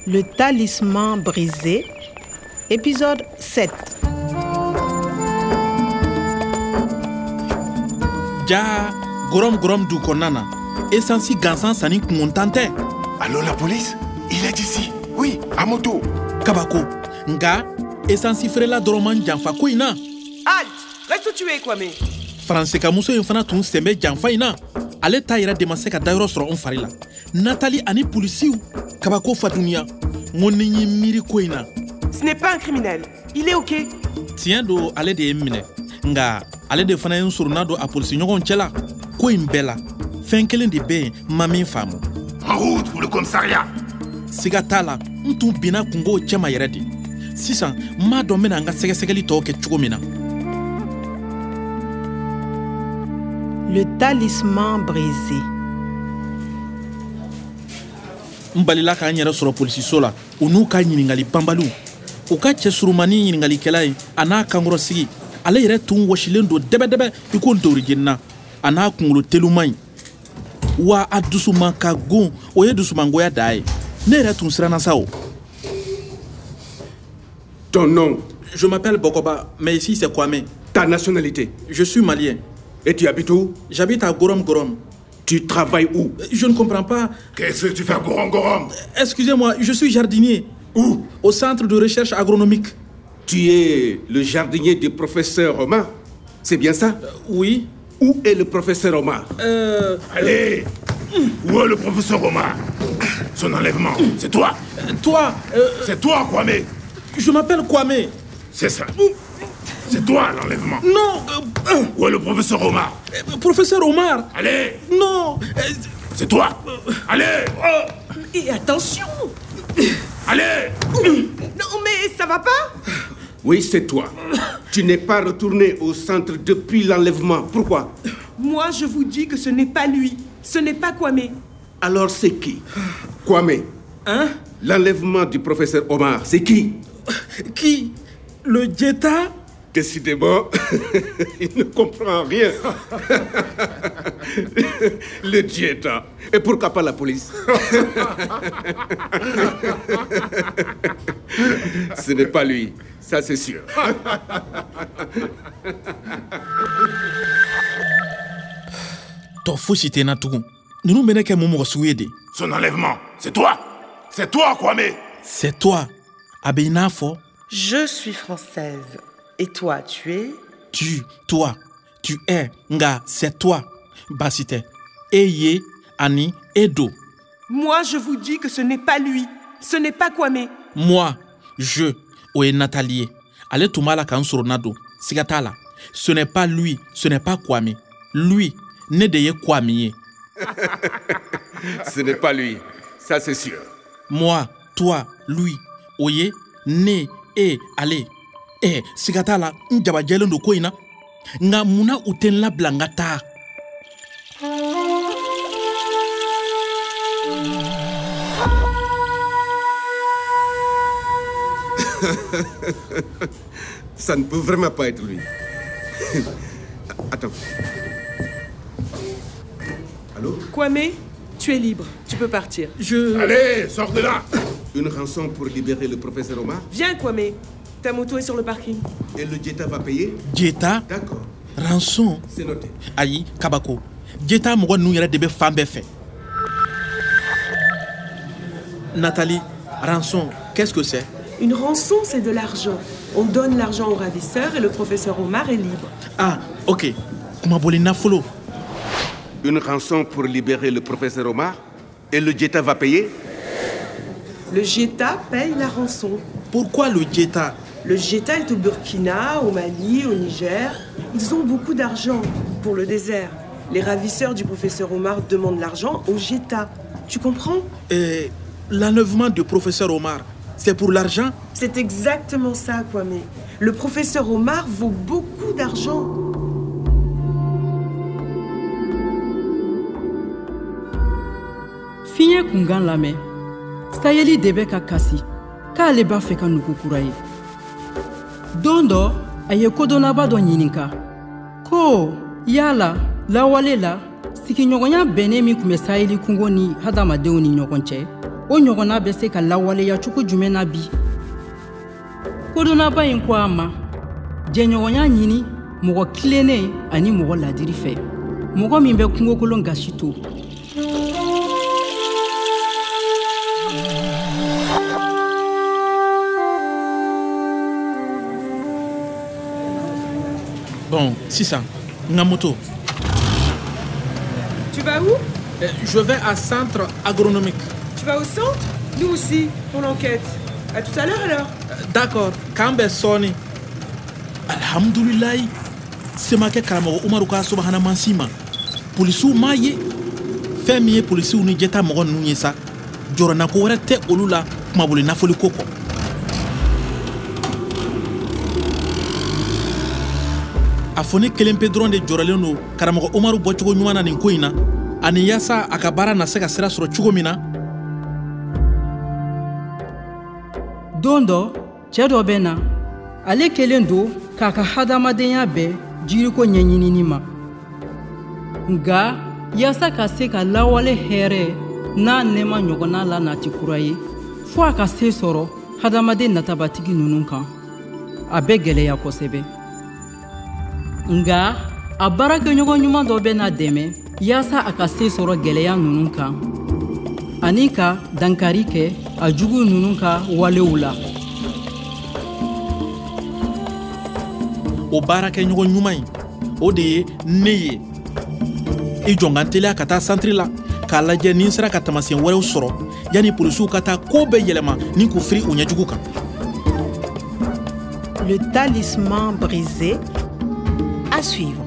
Le talisman brisé, épisode 7. Ja, gorom du konana. Essensi gansan sani kumontante. Allô, la police? Il est ici. Oui, à moto. Kabako, nga, essensi frela doroman janfa koina. Halt! Reste où tu es, Kwame. Français kamuso infana tun sembe janfa ina. Ale ta ira demase ka dayro soro on farila. Nathalie ani policiu. Kabako fadunia. Ngoni miri koina. Ce n'est pas un criminel. Il est OK. Tiens do ale de mine. Nga, ale de fana yin surunado a police nyogon chela. Ko imbela. Fenkelen de be mami famu. En route pour le commissariat. Sigatala, ntu bina kungo chema yeredi. Sisan, ma domena nga segesegeli to ke chugomina. Le talisman brisé. Mbalila ka nyera soro polisi sola, unu ka nyiningali pambalu. O ka che surumani nyiningali kelai, ana kangoro sigi. Ale yere tun washilendo debe iko ndori jenna. Ana kungulu telumai. Wa adusuma ka gon, oye dusuma ngoya dai. Ne yere tun sirana sao. Ton nom? Je m'appelle Bokoba, mais ici c'est Kwame. Ta nationalité? Je suis malien. Et tu habites où? J'habite à Gorom. Tu travailles où? Je ne comprends pas. Qu'est-ce que tu fais à Gorom? Excusez-moi, je suis jardinier. Où? Au centre de recherche agronomique. Tu es le jardinier du professeur Omar? C'est bien ça? Oui. Où est le professeur Omar? Allez! Où est le professeur Omar? Son enlèvement, c'est toi? Toi C'est toi, Kwame? Je m'appelle Kwame. C'est ça. C'est toi, l'enlèvement. Non Où est le professeur Omar? Professeur Omar. Allez! Non C'est toi? Allez! Et attention! Allez! Non, mais ça va pas? Oui, c'est toi. Tu n'es pas retourné au centre depuis l'enlèvement. Pourquoi? Moi, je vous dis que ce n'est pas lui. Ce n'est pas Kwame. Alors c'est qui? Kwame. Hein? L'enlèvement du professeur Omar, c'est qui? Qui? Le Djeta? Décidément, il ne comprend rien. Le Djeta. Et pourquoi pas la police? Ce n'est pas lui, ça c'est sûr. Ton fou si t'es natugu. Nous menons qu'un moment souédé. Son enlèvement, c'est toi? C'est toi, Kwame? C'est toi. Abeinafo. Je suis française. Et toi, tu es? Toi. Tu es. Nga, c'est toi. Basite. Eye, Ani, Edo. Moi, je vous dis que ce n'est pas lui. Ce n'est pas Kwame. Moi, je, Oe Nathalie. Allez tout mal à Kansuronado. Sigatala. Ce n'est pas lui, ce n'est pas Kwame. Lui, ne deye Kwame. Ce n'est pas lui, ça c'est sûr. Moi, toi, lui, Oye, ne, allez. Sigatala, njaba jelendo koina. Nga muna uten la blangata. Ça ne peut vraiment pas être lui. Attends. Allô? Kwame, tu es libre. Tu peux partir. Allez, sors de là! Une rançon pour libérer le professeur Omar? Viens, Kwame. Ta moto est sur le parking. Et le Djeta va payer? Djeta? D'accord. Rançon? C'est noté. Aïe, Kabako. Djeta mougon nou yere debe femme fait. Nathalie, rançon, qu'est-ce que c'est? Une rançon, c'est de l'argent. On donne l'argent au ravisseur et le professeur Omar est libre. Ah, ok. Kumabolina folo. Une rançon pour libérer le professeur Omar? Et le Djeta va payer? Le Djeta paye la rançon. Pourquoi le Djeta? Le Djeta est au Burkina, au Mali, au Niger. Ils ont beaucoup d'argent pour le désert. Les ravisseurs du professeur Omar demandent l'argent au Djeta. Tu comprends? Et l'enlèvement du professeur Omar, c'est pour l'argent? C'est exactement ça, Kwame. Le professeur Omar vaut beaucoup d'argent. Fiɲɛ kunkan lamɛn sayeli de bɛ ka kasi k'ale b'a fɛ ka nugu kura ye. Don dɔ a ye kodɔnnaba dɔ ɲininka ko yala lawale la sigiɲɔgɔnya bɛnnen min tun bɛ sayeli kungo ni hadamadenw ni ɲɔgɔn cɛ o ɲɔgɔnna bɛ se ka lawaleya cogo jumɛn na bi? Kodonnaba in ko a ma, jɛɲɔgɔnya ɲini mɔgɔ tilennen ani mɔgɔ ladiri fɛ, mɔgɔ min bɛ kungokolon gasi to. Bon, c'est ça. Ngamoto. Tu vas où? Je vais à centre agronomique. Tu vas au centre? Nous aussi, pour l'enquête. À tout à l'heure alors. D'accord. Kambe Sony. Alhamdulillah. C'est ma Karamoro Umaru ka subhana mansima. Polisu maye. Femi polisu ni jeta mo nu yesa. Jorana ko rete olula mabule na foli koko. Afoni kelempe dron de joraleno Karamoro Umaru bochogo nyumana ni koina. Ani yasa akabara na seka sera soro chugo mina. Dondo, cɛ dɔ bɛ na, ale kelen don k'a ka hadamadenya bɛɛ jiriko ɲɛɲinini ma. Nga yaasa ka se ka lawale hɛrɛ n'a nɛɛma ɲɔgɔnna la nati kura ye, fo a ka se sɔrɔ hadamaden natabatigi ninnu kan. A bɛ gɛlɛya kosɛbɛ. Nga a baarakɛɲɔgɔn ɲuman dɔ bɛ na dɛmɛ yaasa a ka se sɔrɔ gɛlɛya ninnu kan. Ani ka dankari kɛ a jugu ninnu ka walew la. O baarakɛɲɔgɔn ɲuman in o de ye ne ye. I jɔnkan teliya ka taa santiri la k'a lajɛ ni n sera ka tamasiyɛn wɛrɛw sɔrɔ yanni polisiw ka taa ko bɛɛ yɛlɛma ni k'u firi u ɲɛjugu kan. Le talisman brisé à suivre.